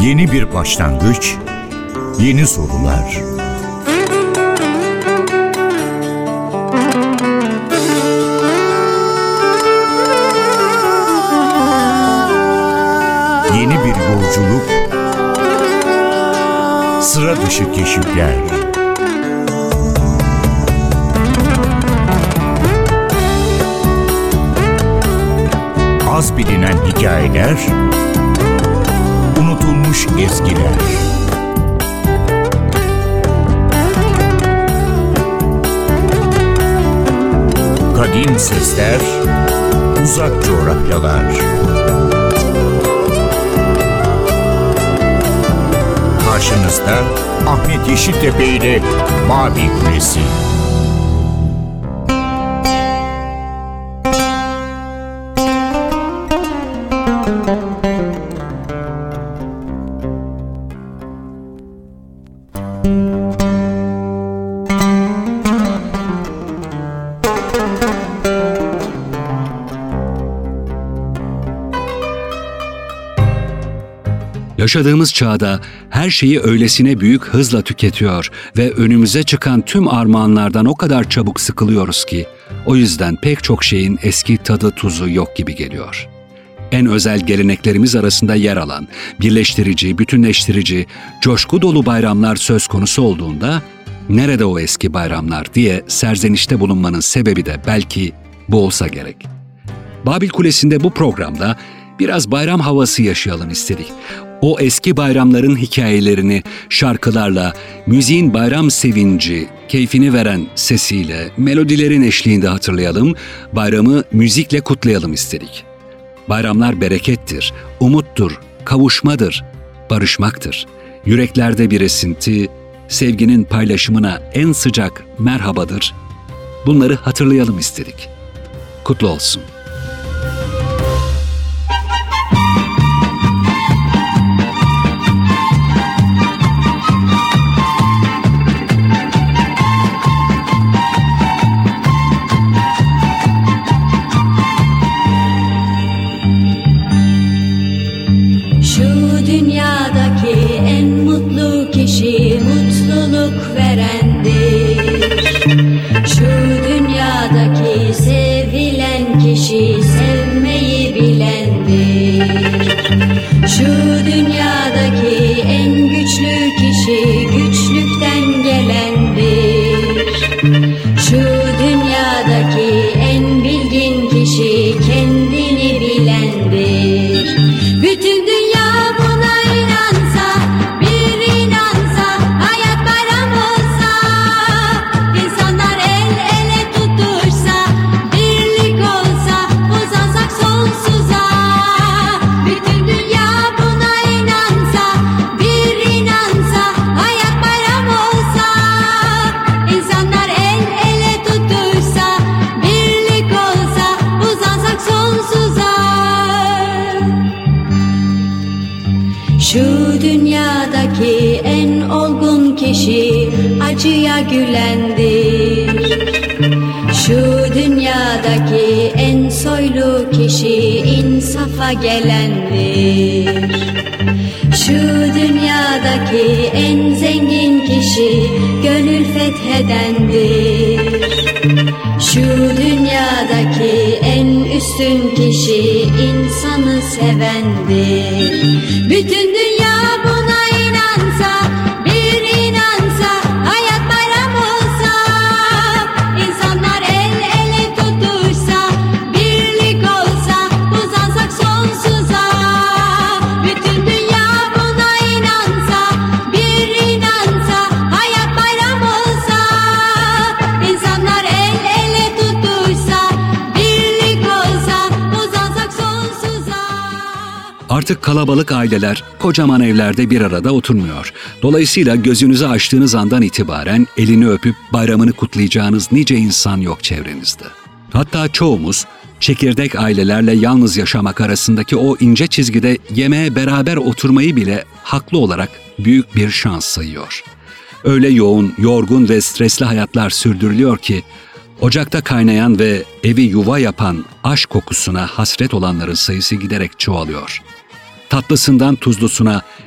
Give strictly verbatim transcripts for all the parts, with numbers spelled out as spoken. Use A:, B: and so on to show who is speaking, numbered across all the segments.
A: Yeni bir başlangıç, yeni sorular. Yeni bir yolculuk, sıra dışı keşifler. Az bilinen hikayeler, unutulmuş ezgiler. Kadim sesler, uzak coğrafyalar. Karşınızda Ahmet Yeşiltepe ile Mavi Kulesi.
B: Yaşadığımız çağda her şeyi öylesine büyük hızla tüketiyor ve önümüze çıkan tüm armağanlardan o kadar çabuk sıkılıyoruz ki, o yüzden pek çok şeyin eski tadı tuzu yok gibi geliyor. En özel geleneklerimiz arasında yer alan, birleştirici, bütünleştirici, coşku dolu bayramlar söz konusu olduğunda, nerede o eski bayramlar diye serzenişte bulunmanın sebebi de belki bu olsa gerek. Babil Kulesi'nde bu programda biraz bayram havası yaşayalım istedik. O eski bayramların hikayelerini şarkılarla, müziğin bayram sevinci, keyfini veren sesiyle, melodilerin eşliğinde hatırlayalım, bayramı müzikle kutlayalım istedik. Bayramlar berekettir, umuttur, kavuşmadır, barışmaktır. Yüreklerde bir esinti, sevginin paylaşımına en sıcak merhabadır. Bunları hatırlayalım istedik. Kutlu olsun.
C: Acıya gülendir. Şu dünyadaki en soylu kişi insafa gelendir. Şu dünyadaki en zengin kişi gönül fethedendir. Şu dünyadaki en üstün kişi insanı sevendir. Bütün dünya buna inansa,
B: Artık kalabalık aileler kocaman evlerde bir arada oturmuyor. Dolayısıyla gözünüzü açtığınız andan itibaren elini öpüp bayramını kutlayacağınız nice insan yok çevrenizde. Hatta çoğumuz çekirdek ailelerle yalnız yaşamak arasındaki o ince çizgide yemeğe beraber oturmayı bile haklı olarak büyük bir şans sayıyor. Öyle yoğun, yorgun ve stresli hayatlar sürdürülüyor ki ocakta kaynayan ve evi yuva yapan aşk kokusuna hasret olanların sayısı giderek çoğalıyor. Tatlısından tuzlusuna,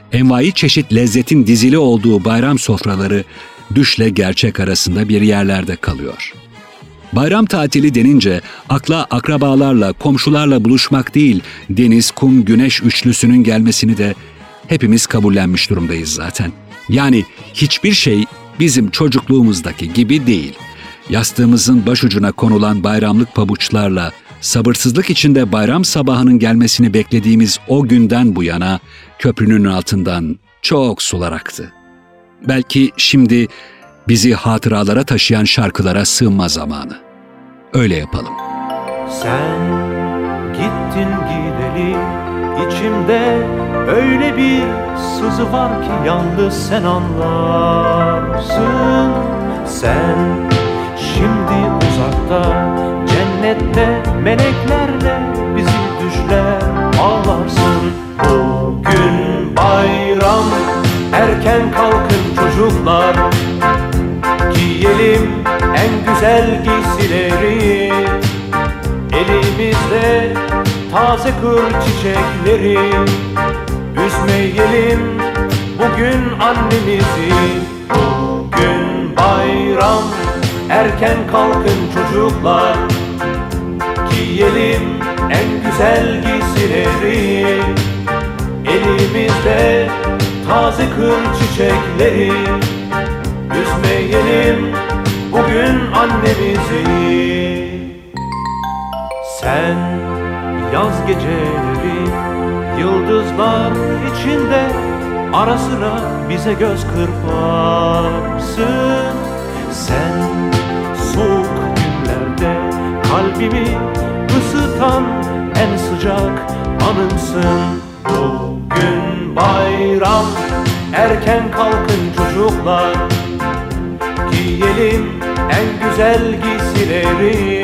B: Envai çeşit lezzetin dizili olduğu bayram sofraları düşle gerçek arasında bir yerlerde kalıyor. Bayram tatili denince akla akrabalarla, komşularla buluşmak değil, deniz, kum, güneş üçlüsünün gelmesini de hepimiz kabullenmiş durumdayız zaten. Yani hiçbir şey bizim çocukluğumuzdaki gibi değil. Yastığımızın başucuna konulan bayramlık pabuçlarla, sabırsızlık içinde bayram sabahının gelmesini beklediğimiz o günden bu yana köprünün altından çok sular aktı. Belki şimdi bizi hatıralara taşıyan şarkılara sığınma zamanı. Öyle yapalım.
D: Sen gittin gideli, içimde öyle bir sızı var ki yalnız sen anlarsın. Sen şimdi uzakta, cennette meleklerle bizi düşler ağlarsın. Bugün bayram, erken kalkın çocuklar, giyelim en güzel giysileri, elimizde taze kır çiçekleri. Üzmeyelim bugün annemizi. Bugün bayram, erken kalkın çocuklar, giyelim en güzel giysileri, elimizde taze kır çiçekleri. Üzmeyelim bugün annemizi. Sen yaz geceleri, yıldızlar içinde ara sıra bize göz kırparsın. Sen soğuk günlerde kalbimi ısıtan en sıcak anımsın. Bugün bayram, erken kalkın çocuklar, giyelim en güzel giysileri,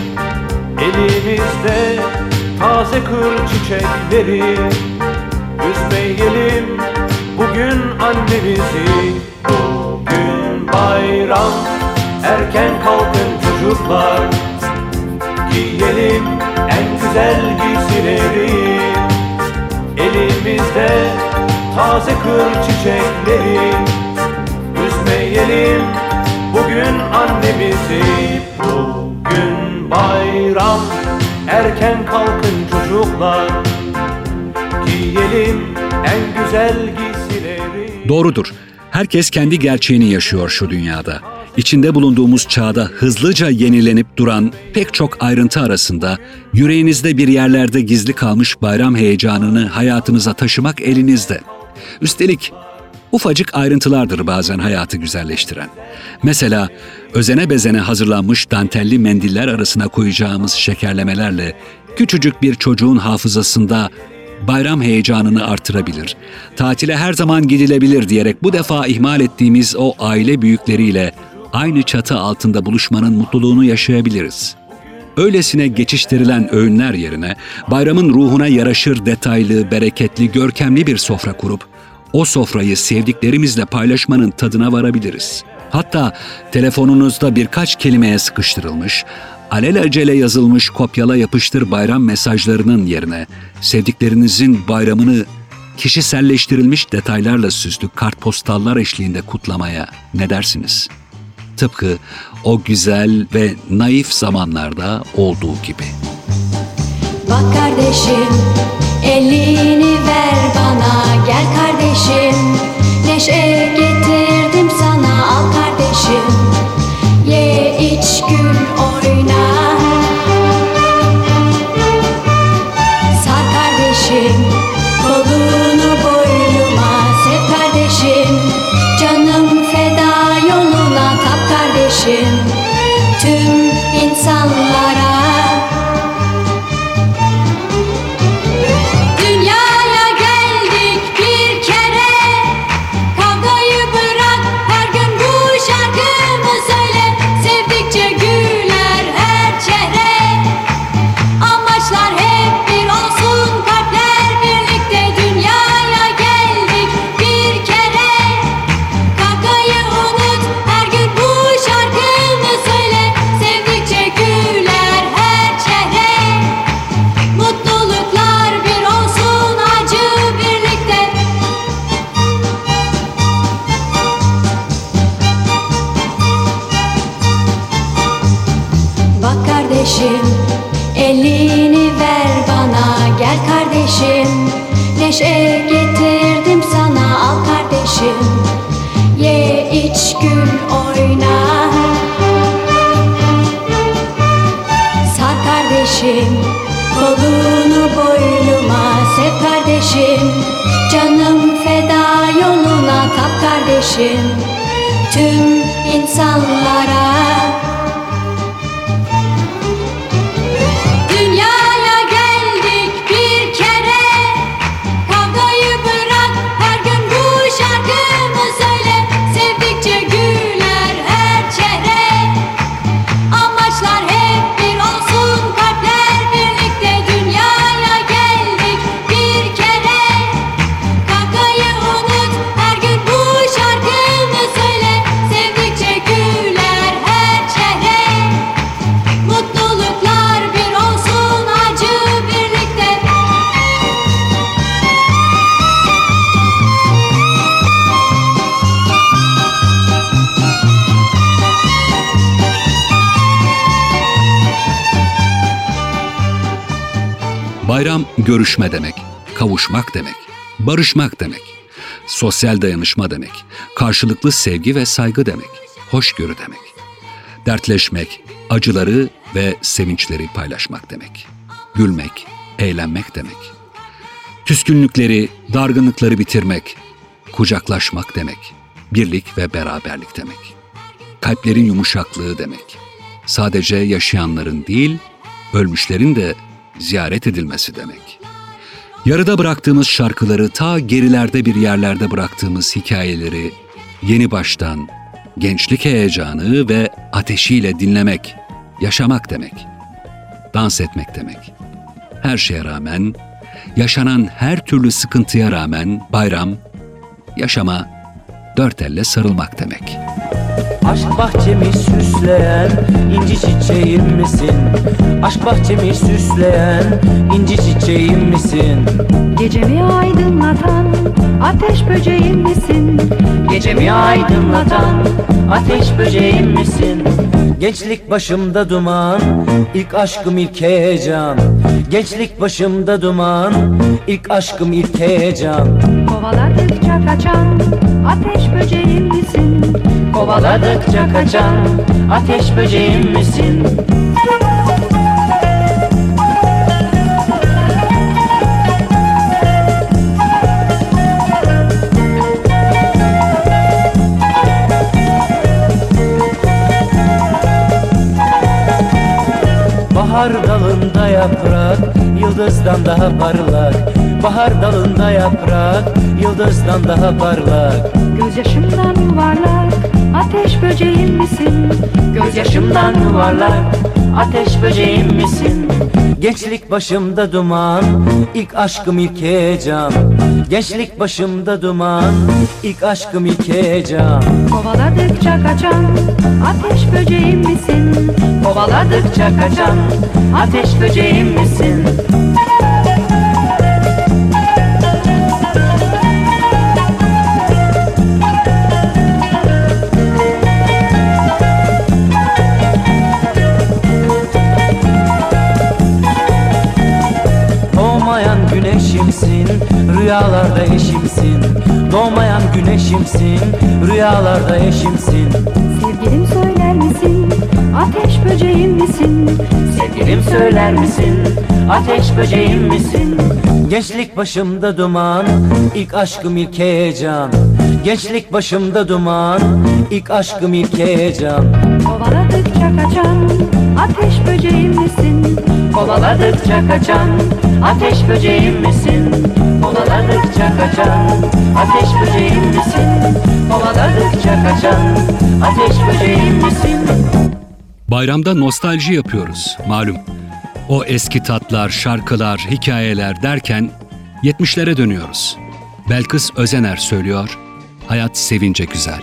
D: elimizde taze kır çiçekleri. Üzmeyelim bugün annemizi. Bugün bayram, erken kalkın çocuklar, giyelim en güzel giysileri, elimizde taze kır çiçekleri. Üzmeyelim bugün annemizi. Bugün bayram, erken kalkın çocuklar, giyelim en güzel giysileri.
B: Doğrudur. Herkes kendi gerçeğini yaşıyor şu dünyada. İçinde bulunduğumuz çağda hızlıca yenilenip duran pek çok ayrıntı arasında yüreğinizde bir yerlerde gizli kalmış bayram heyecanını hayatınıza taşımak elinizde. Üstelik ufacık ayrıntılardır bazen hayatı güzelleştiren. Mesela özene bezene hazırlanmış dantelli mendiller arasına koyacağımız şekerlemelerle küçücük bir çocuğun hafızasında bayram heyecanını artırabilir. Tatile her zaman gidilebilir diyerek bu defa ihmal ettiğimiz o aile büyükleriyle aynı çatı altında buluşmanın mutluluğunu yaşayabiliriz. Öylesine geçiştirilen öğünler yerine bayramın ruhuna yaraşır detaylı, bereketli, görkemli bir sofra kurup o sofrayı sevdiklerimizle paylaşmanın tadına varabiliriz. Hatta telefonunuzda birkaç kelimeye sıkıştırılmış, alelacele yazılmış kopyala yapıştır bayram mesajlarının yerine sevdiklerinizin bayramını kişiselleştirilmiş detaylarla süslü kartpostallar eşliğinde kutlamaya ne dersiniz? Tıpkı o güzel ve naif zamanlarda olduğu gibi.
C: Bak kardeşim, elini ver bana, gel kardeşim, neşe getirdim sana, al kardeşim, ye iç gül oyna. Sar kardeşim, kolunu boynuma, sev kardeşim, canım feda yoluna, tap kardeşim, tüm insanlara. Dünyaya geldik bir kere, kavgayı bırak, her gün bu şarkı kardeşim, elini ver bana, gel kardeşim. Neşe getirdim sana, al kardeşim. Ye, iç, gül, oyna. Sar kardeşim, kolunu boynuma, sev kardeşim. Canım feda yoluna, tap kardeşim. Tüm insanlara. Dünyaya geldik bir kere, kavgayı bırak, her gün bu şarkımı söyle. Sevdikçe güler her çehre, amaçlar hep bir olsun, kalpler birlikte. Dünyaya geldik bir kere, kavgayı unut, her gün bu şarkımı söyle. Sevdikçe güler her çehre, mutluluklar bir olsun, acı birlikte.
B: Bayram görüşme demek, kavuşmak demek, barışmak demek, sosyal dayanışma demek, karşılıklı sevgi ve saygı demek, hoşgörü demek, dertleşmek, acıları ve sevinçleri paylaşmak demek, gülmek, eğlenmek demek, küskünlükleri, dargınlıkları bitirmek, kucaklaşmak demek, birlik ve beraberlik demek, kalplerin yumuşaklığı demek, sadece yaşayanların değil, ölmüşlerin de ziyaret edilmesi demek. Yarıda bıraktığımız şarkıları, ta gerilerde bir yerlerde bıraktığımız hikayeleri yeni baştan, gençlik heyecanı ve ateşiyle dinlemek, yaşamak demek. Dans etmek demek. Her şeye rağmen, yaşanan her türlü sıkıntıya rağmen bayram, yaşama dört elle sarılmak demek.
E: Aşk bahçemi süsleyen inci çiçeğim misin? Aşk bahçemi süsleyen inci çiçeğim misin?
F: Gecemi aydınlatan ateş böceğim misin?
E: Gecemi aydınlatan ateş böceğim misin? Gençlik başımda duman, ilk aşkım ilk heyecan. Gençlik başımda duman, ilk aşkım ilk heyecan.
F: Kovaladıkça kaçan ateş böceğim misin?
E: Kovaladıkça kaçan ateş böceğim misin? Bahar dalında yaprak, yıldızdan daha parlak. Bahar dalında yaprak, yıldızdan daha parlak.
F: Gözyaşımdan yuvarlak ateş böceğim misin?
E: Gözyaşımdan yuvarlak, ateş böceğim misin? Gençlik başımda duman, ilk aşkım ilk heyecan. Gençlik başımda duman, ilk aşkım ilk heyecan.
F: Kovaladıkça kaçan ateş böceğim misin?
E: Kovaladıkça kaçan ateş böceğim misin? Doğmayan güneşimsin, rüyalarda eşimsin. Doğmayan güneşimsin, rüyalarda eşimsin.
F: Sevgilim söyler misin? Ateş böceğim misin?
E: Sevgilim söyler misin? Ateş böceğim misin? Gençlik başımda duman, ilk aşkım ilk heyecan. Gençlik başımda duman, ilk aşkım ilk heyecan.
F: Kovaladıkça kaçan ateş böceğim misin?
E: Kovaladıkça kaçan ateş böceğim misin? Kovaladıkça kaçan ateş böceğim misin? Kovaladıkça kaçan ateş böceğim misin?
B: Bayramda nostalji yapıyoruz malum. O eski tatlar, şarkılar, hikayeler derken yetmişlere dönüyoruz. Belkıs Özener söylüyor, hayat sevince güzel.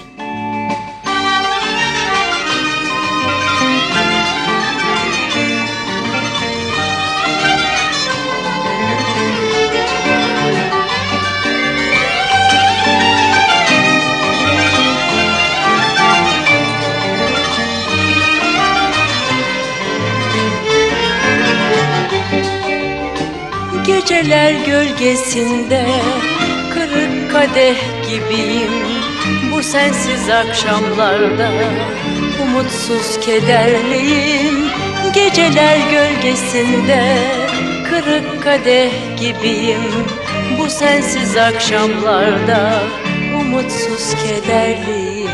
G: Geceler gölgesinde kırık kadeh gibiyim. Bu sensiz akşamlarda umutsuz kederliyim. Geceler gölgesinde kırık kadeh gibiyim. Bu sensiz akşamlarda umutsuz kederliyim.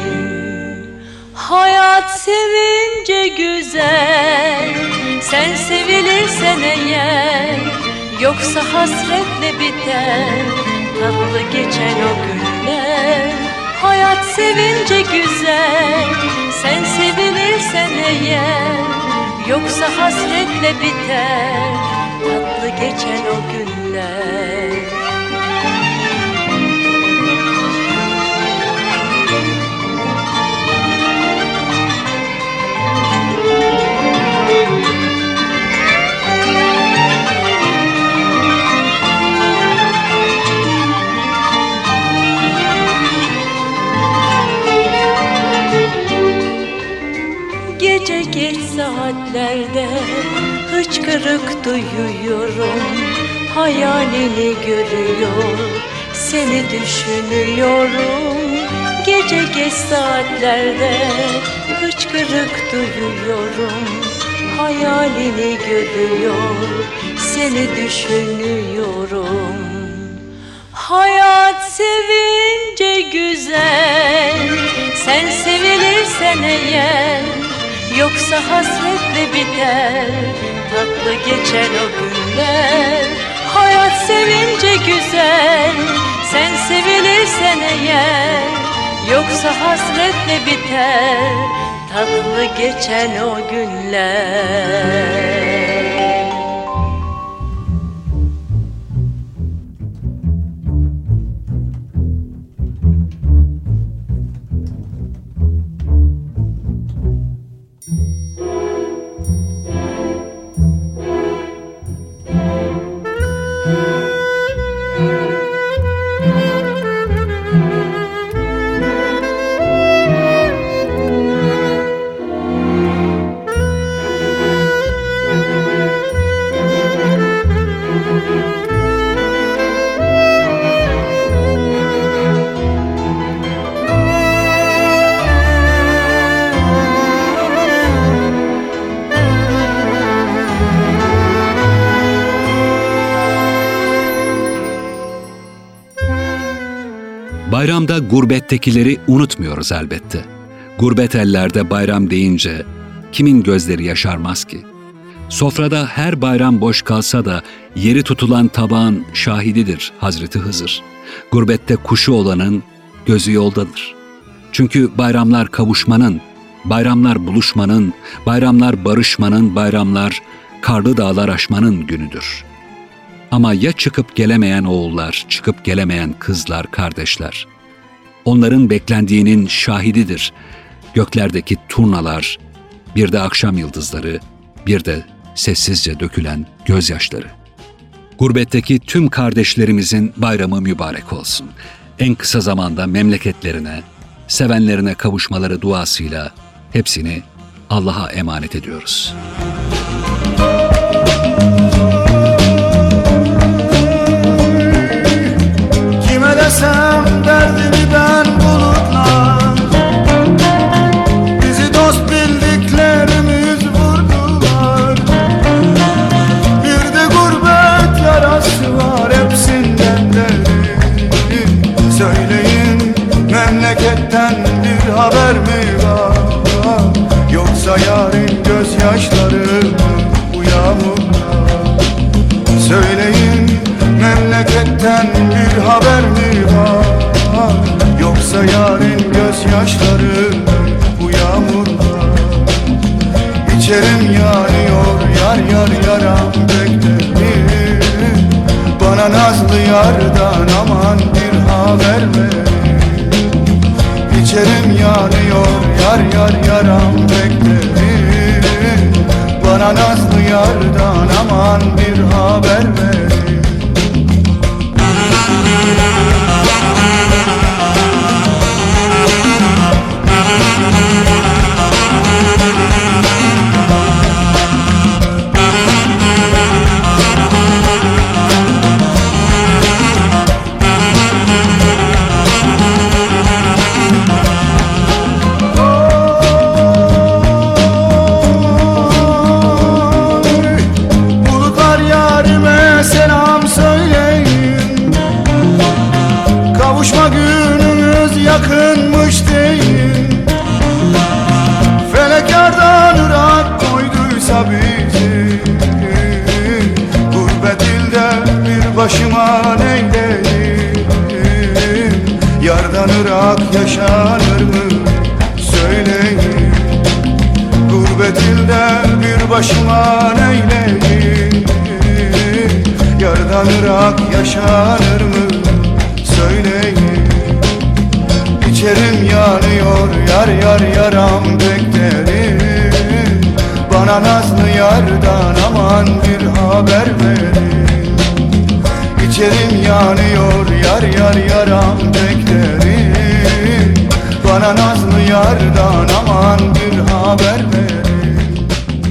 G: Hayat sevince güzel, sen sevilirsen eğer, yoksa hasretle biter tatlı geçen o günler. Hayat sevince güzel, sen sevilirsen eğer, yoksa hasretle biter tatlı geçen o günler. Gece geç saatlerde hıçkırık duyuyorum. Hayalini görüyor, seni düşünüyorum. Gece geç saatlerde hıçkırık duyuyorum. Hayalini görüyor, seni düşünüyorum. Hayat sevince güzel, sen sevilirsen eğer, yoksa hasretle biter tatlı geçen o günler. Hayat sevince güzel, sen sevilirsen eğer, yoksa hasretle biter tatlı geçen o günler.
B: Bayramda gurbettekileri unutmuyoruz elbette. Gurbet ellerde bayram deyince kimin gözleri yaşarmaz ki? Sofrada her bayram boş kalsa da yeri tutulan tabağın şahididir Hazreti Hızır. Gurbette kuşu olanın gözü yoldadır. Çünkü bayramlar kavuşmanın, bayramlar buluşmanın, bayramlar barışmanın, bayramlar karlı dağlar aşmanın günüdür. Ama ya çıkıp gelemeyen oğullar, çıkıp gelemeyen kızlar, kardeşler? Onların beklendiğinin şahididir göklerdeki turnalar, bir de akşam yıldızları, bir de sessizce dökülen gözyaşları. Gurbetteki tüm kardeşlerimizin bayramı mübarek olsun. En kısa zamanda memleketlerine, sevenlerine kavuşmaları duasıyla hepsini Allah'a emanet ediyoruz.
H: Kime desem derdimi ben bulutlar, bizi dost bildiklerimiz vurdular. Bir de gurbet yarası var, hepsinden derin. Söyleyin, memleketten bir haber mi var? Yoksa yarın gözyaşları bu yağmurlar? Söyleyin, memleketten bir haber mi var? Yoksa yarın gözyaşları bu yağmurlar? İçerim yanıyor, yar yar yaram beklerim. Bana nazlı yardan aman bir haber ver. İçerim yanıyor, yar yar yaram beklerim. Bana nazlı yardan aman bir haber ver. yaşanır mı söyleyin. Gurbet ilde bir başıma neyleyim. Yardan Irak yaşanır mı söyleyin. İçerim yanıyor yar yar yaram pek derin. Bana nazlı yardan aman bir haber verin. İçerim yanıyor yar yar yaram pek derin. Bana nazlı yardan aman bir haber verin.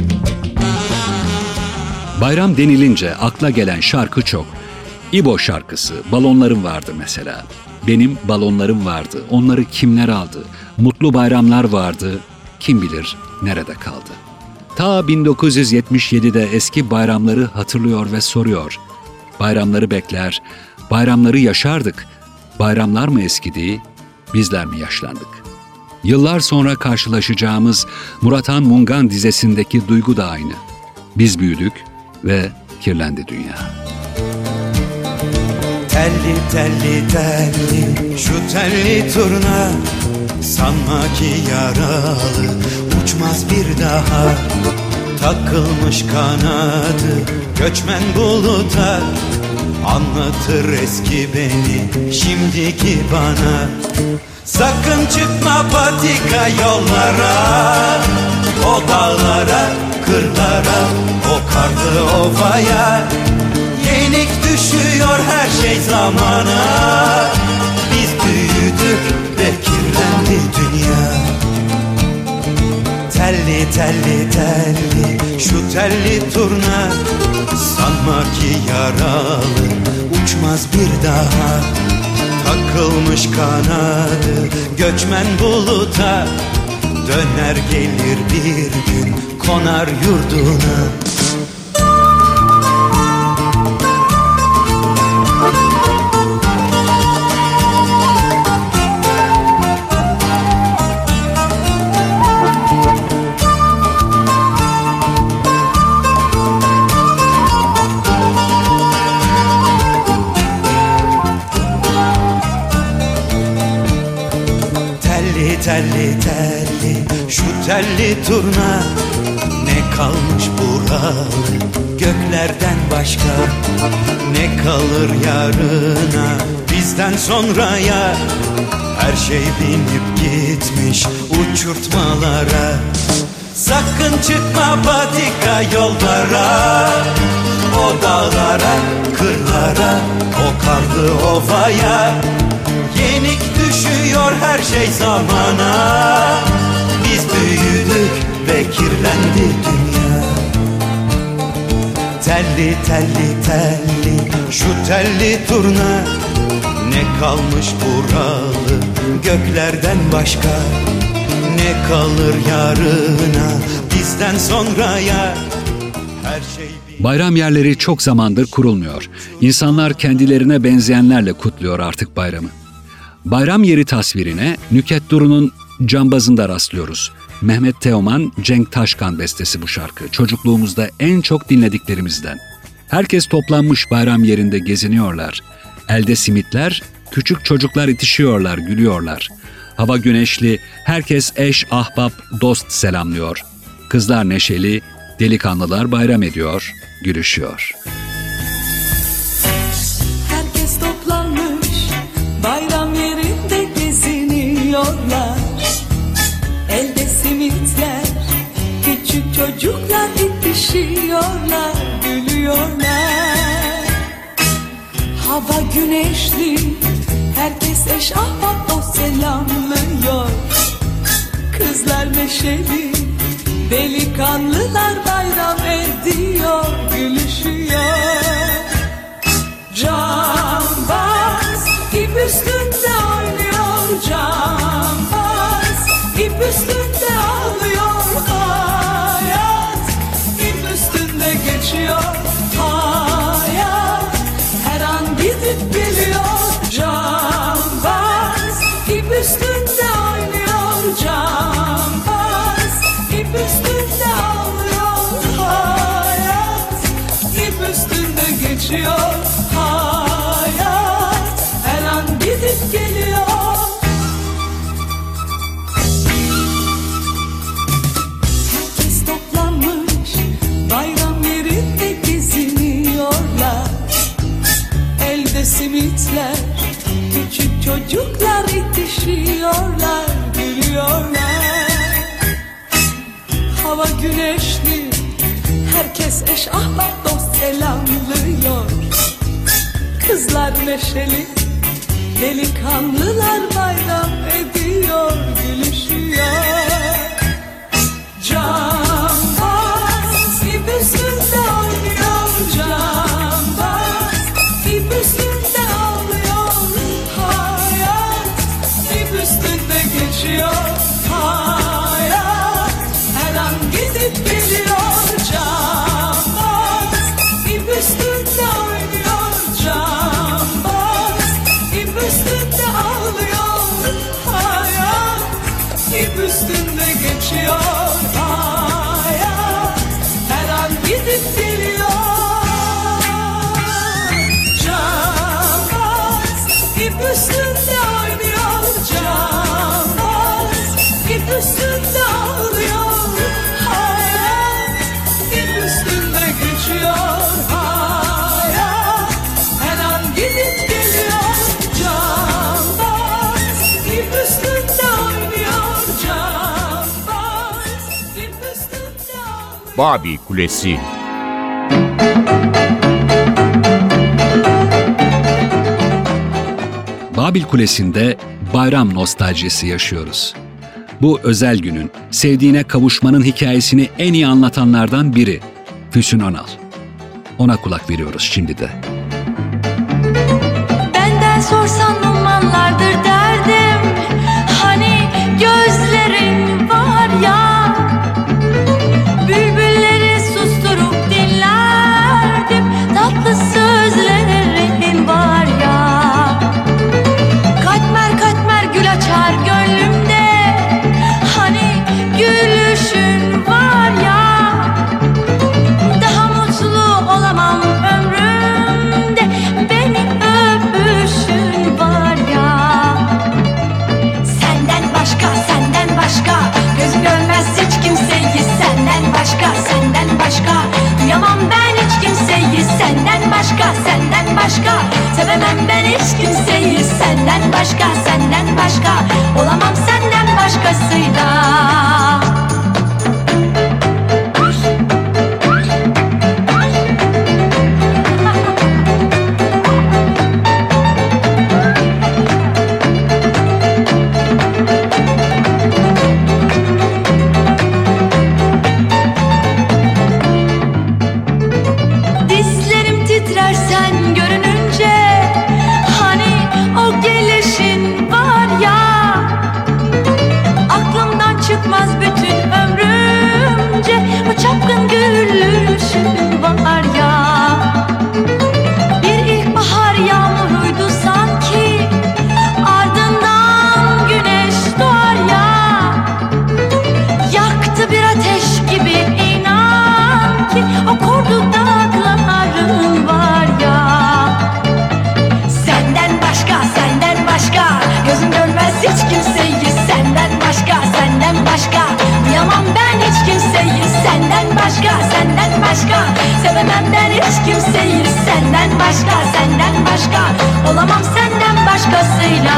B: Bayram denilince akla gelen şarkı çok. İbo şarkısı, balonlarım vardı mesela. Benim balonlarım vardı, onları kimler aldı? Mutlu bayramlar vardı, kim bilir nerede kaldı? Ta bin dokuz yüz yetmiş yedide eski bayramları hatırlıyor ve soruyor. Bayramları bekler, bayramları yaşardık. Bayramlar mı eskidi, bizler mi yaşlandık? Yıllar sonra karşılaşacağımız Murat Han Mungan dizesindeki duygu da aynı. Biz büyüdük ve kirlendi dünya.
I: Telli telli telli şu telli turna, sanma ki yaralı uçmaz bir daha. Takılmış kanadı göçmen buluta, anlatır eski beni şimdiki bana. Sakın çıkma patika yollara, o dağlara, kırlara, o karlı ovaya. Yenik düşüyor her şey zamana. Biz büyüdük ve kirlendi dünya. Telli telli telli şu telli turna, sanma ki yaralı uçmaz bir daha. Takılmış kanadı göçmen buluta, döner gelir bir gün konar yurduna. Telli telli şu telli turna, ne kalmış buralı göklerden başka? Ne kalır yarına bizden sonraya? Her şey binip gitmiş uçurtmalara. Sakın çıkma patika yollara, o dağlara, kırlara, o karlı ovaya. Yenik düşüyor her şey zamana. Biz büyüdük ve kirlendi dünya. Telli telli telli şu telli turna, ne kalmış buralı göklerden başka? Ne kalır yarına bizden sonraya? Her şey...
B: Bayram yerleri çok zamandır kurulmuyor. İnsanlar kendilerine benzeyenlerle kutluyor artık bayramı. Bayram yeri tasvirine Nükhet Duru'nun Cambazı'nda rastlıyoruz. Mehmet Teoman, Cenk Taşkan bestesi bu şarkı. Çocukluğumuzda en çok dinlediklerimizden. Herkes toplanmış bayram yerinde geziniyorlar. Elde simitler, küçük çocuklar itişiyorlar, gülüyorlar. Hava güneşli, herkes eş, ahbap, dost selamlıyor. Kızlar neşeli, delikanlılar bayram ediyor, gülüşüyor.
J: Herkes toplanmış, bayram yerinde geziniyorlar. Elde simitler, küçük çocuklar itişiyorlar, gülüyorlar. Hava güneşli, herkes eş ahbap dost selamlıyor. Kızlar neşeli, delikanlılar bayram ediyor, gülüşüyor. Cambaz ip üstünde oynuyor, cambaz ip üstünde ağlıyor. Hayat ip üstünde geçiyor, hayat her an gidip geliyor. Cambaz ip üstünde oynuyor, cambaz ip üstünde ağlıyor. Hayat ip üstünde geçiyor, hayat her an gidip geliyor. simitler. Küçük çocuklar itişiyorlar, gülüyorlar. Hava güneşli, herkes eş ahbap dost selamlıyor. Kızlar neşeli, delikanlılar bayram ediyor, gülüşüyor. Cambaz ip üstünde oynuyor, cambaz ip üstünde ağlıyor. Hayat ip üstünde geçiyor, hayat her an gidip geliyor. Cambaz ip üstünde oynuyor, cambaz ip üstünde ağlıyor. Hayat ip üstünde geçiyor, hayat her an gidip geliyor. Cambaz ip üstünde oynuyor, cambaz ip üstünde ağlıyor. Hayat ip üstünde geçiyor, hayat her an gidip geliyor. Cambaz ip üstünde oynuyor, cambaz ip üstünde ağlıyor.
A: Babil Kulesi.
B: Babil Kulesi'nde bayram nostaljisi yaşıyoruz. Bu özel günün, sevdiğine kavuşmanın hikayesini en iyi anlatanlardan biri Füsun Önal. Ona kulak veriyoruz şimdi de.
G: Benden sorsan ummanlardır derdim. Hani gözlerin var ya, bülbülleri susturup dinlerdim. Tatlı sözlerin var ya, katmer katmer gül açar gönlümde. Hani gülüşün var ya, daha mutlu olamam ömrümde. Beni öpüşün var ya. Senden başka, senden başka gözüm görmez hiç kimseyi. Senden başka, senden başka duyamam ben hiç kimseyi. Senden başka, senden başka sevemem ben hiç kimseyi. Senden başka, senden başka olamam senden başkasıyla. Dizlerim titrer sen görününce. Hani o gelişin var ya, aklımdan çıkmaz bütün ömrümce. O çapkın gülüşün var ya, bir ilkbahar yağmuruydu sanki, ardından güneş doğar ya. Yaktı bir ateş gibi inan ki, o kordu dağların var ya. Senden başka, senden başka gözüm görmez hiç kimseyi. Senden başka, senden başka duyamam ben hiç kimseyi. Senden başka, senden başka sevemem ben hiç kimseyi. Senden başka, senden başka olamam senden başkasıyla.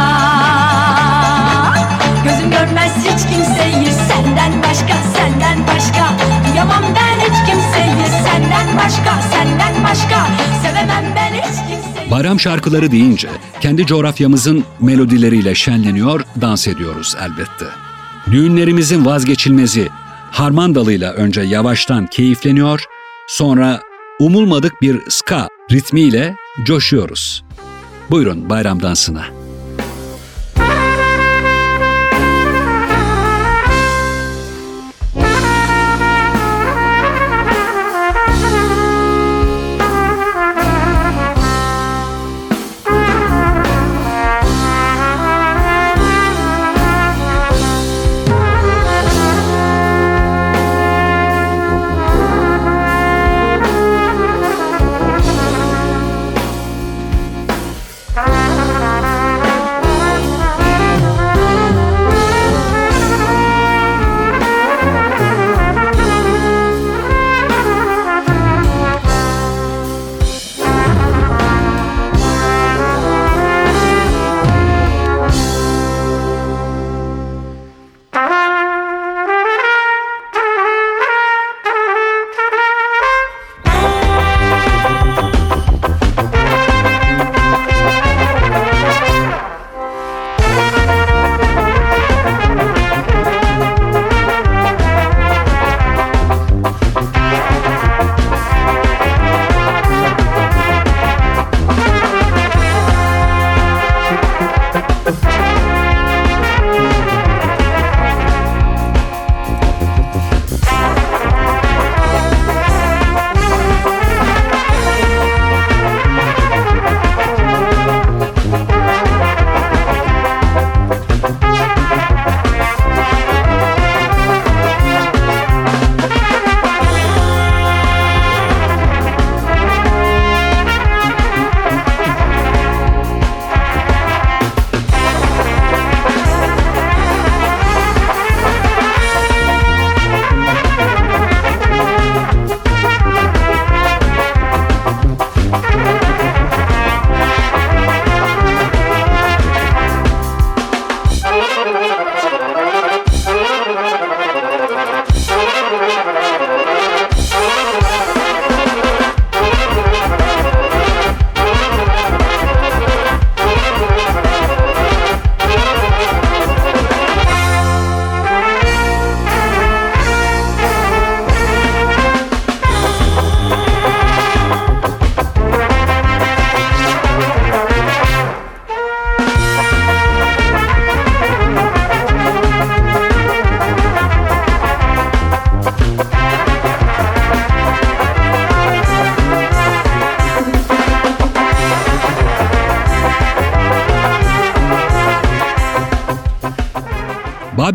G: Gözüm görmez hiç kimseyi. Senden başka, senden başka duyamam ben hiç kimseyi. Senden başka, senden başka sevemem ben hiç kimseyi.
B: Bayram şarkıları deyince kendi coğrafyamızın melodileriyle şenleniyor, dans ediyoruz elbette. Düğünlerimizin vazgeçilmezi harmandalıyla önce yavaştan keyifleniyor, sonra umulmadık bir ska ritmiyle coşuyoruz. Buyurun bayram dansına.
K: Bye.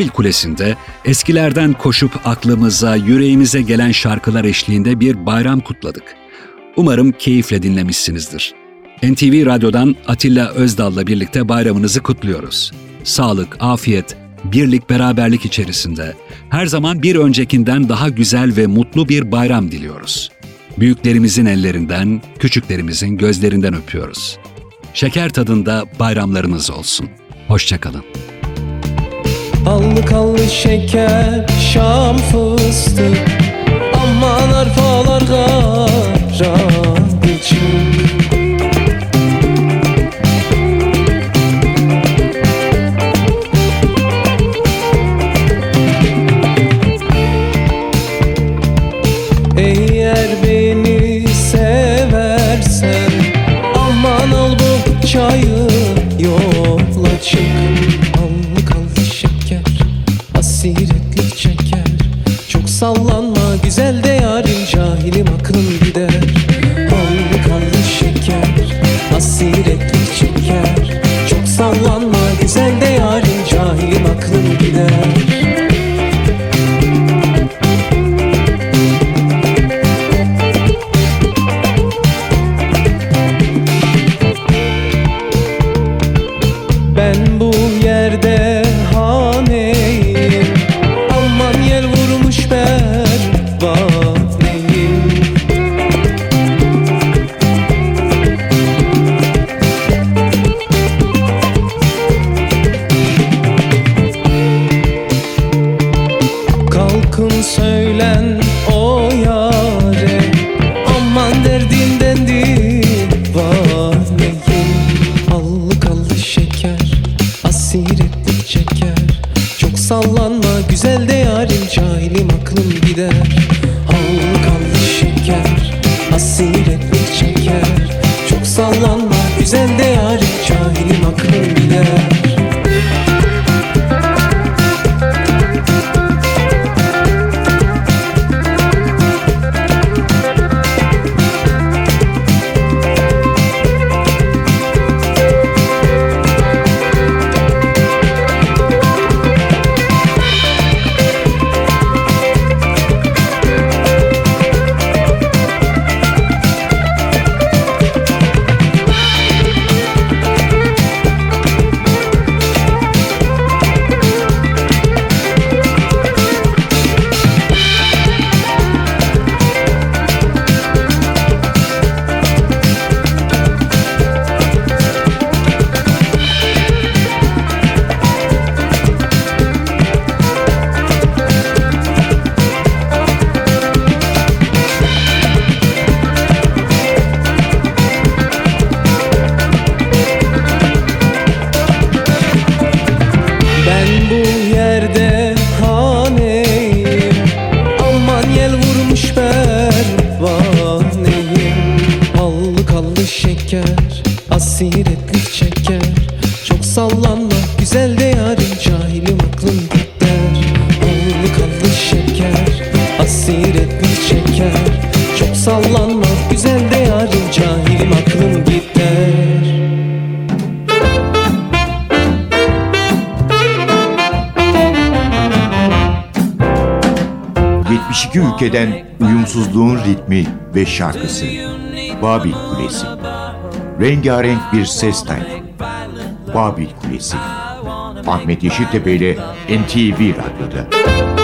B: Babil Kulesi'nde eskilerden koşup aklımıza, yüreğimize gelen şarkılar eşliğinde bir bayram kutladık. Umarım keyifle dinlemişsinizdir. N T V Radyo'dan Atilla Özdal'la birlikte bayramınızı kutluyoruz. Sağlık, afiyet, birlik, beraberlik içerisinde her zaman bir öncekinden daha güzel ve mutlu bir bayram diliyoruz. Büyüklerimizin ellerinden, küçüklerimizin gözlerinden öpüyoruz. Şeker tadında bayramlarınız olsun. Hoşça kalın.
K: Ballı kallı şeker, şam fıstık, aman arpalar karabıcık. Eğer beni seversen aman al bu çayı yola çık. Ballı kallı şeker, asiretlik çeker. Çok sallanma güzel de yarim, cahilim aklım gider. Ballı kallı şeker, asiretlik çeker. Çok sallanma güzel de yarim, cahilim aklım gider. Ben bu yerde haneyim, aman yel vurmuş pervaneyim. Kalkın söylen o yâre, aman derdinden divaneyim. Ballı kallı şeker, asiretlik çeker. Çok sallanma güzel de yarim, cahilim aklım gider. Ballı kallı şeker, asiretlik çeker. Çok sallanma güzel de yarim, cahilim aklım gider. Asiretlik çeker. Çok sallanma güzel de yarim, cahilim aklım gider. Ballı kallı şeker, asiretlik çeker. Çok sallanma güzel de yarim, cahilim aklım gider.
A: yetmiş iki ülkeden uyumsuzluğun ritmi ve şarkısı. Babil Kulesi. Rengarenk bir ses tayfı. Babil Kulesi. Ahmet Yeşiltepe ile N T V Radyo'da.